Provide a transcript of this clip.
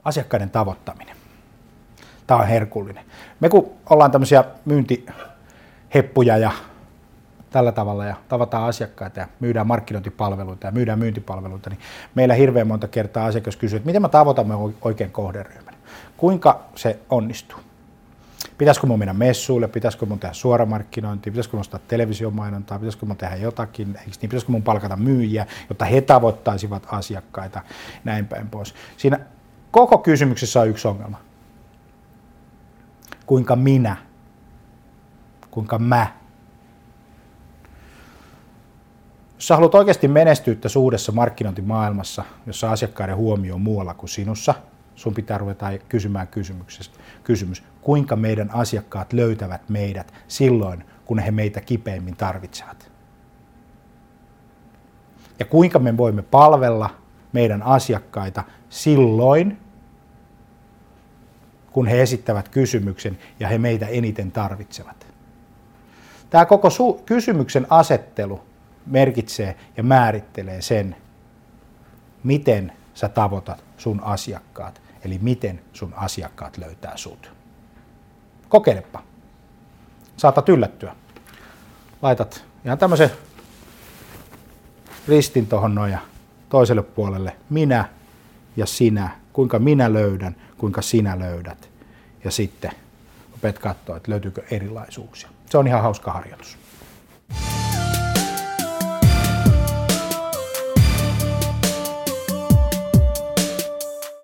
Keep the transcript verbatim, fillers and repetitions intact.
asiakkaiden tavoittaminen. Tämä on herkullinen. Me kun ollaan tämmöisiä myyntiheppuja ja tällä tavalla ja tavataan asiakkaita ja myydään markkinointipalveluita ja myydään myyntipalveluita, niin meillä hirveän monta kertaa asiakas kysyy, että miten mä tavoitamme oikein kohderyhmän. Kuinka se onnistuu? Pitäisikö mun mennä messuille, pitäisikö mun tehdä suoramarkkinointia, pitäisikö mun ostaa televisiomainontaa, pitäisikö mun tehdä jotakin, eikö niin, pitäisikö mun palkata myyjiä, jotta he tavoittaisivat asiakkaita, näin päin pois. Siinä koko kysymyksessä on yksi ongelma. Kuinka minä, kuinka mä. Jos sä haluat oikeasti menestyä tässä uudessa markkinointimaailmassa, jossa asiakkaiden huomio on muualla kuin sinussa, sun pitää ruveta kysymään kysymys, kuinka meidän asiakkaat löytävät meidät silloin, kun he meitä kipeimmin tarvitsevat. Ja kuinka me voimme palvella meidän asiakkaita silloin, kun he esittävät kysymyksen ja he meitä eniten tarvitsevat. Tämä koko su- kysymyksen asettelu merkitsee ja määrittelee sen, miten sä tavoitat sun asiakkaat, eli miten sun asiakkaat löytää sut. Kokeilepa. Saatat yllättyä. Laitat ihan tämmöisen ristin tuohon noin ja toiselle puolelle minä ja sinä, kuinka minä löydän, kuinka sinä löydät. Ja sitten opet katsoa, että löytyykö erilaisuuksia. Se on ihan hauska harjoitus.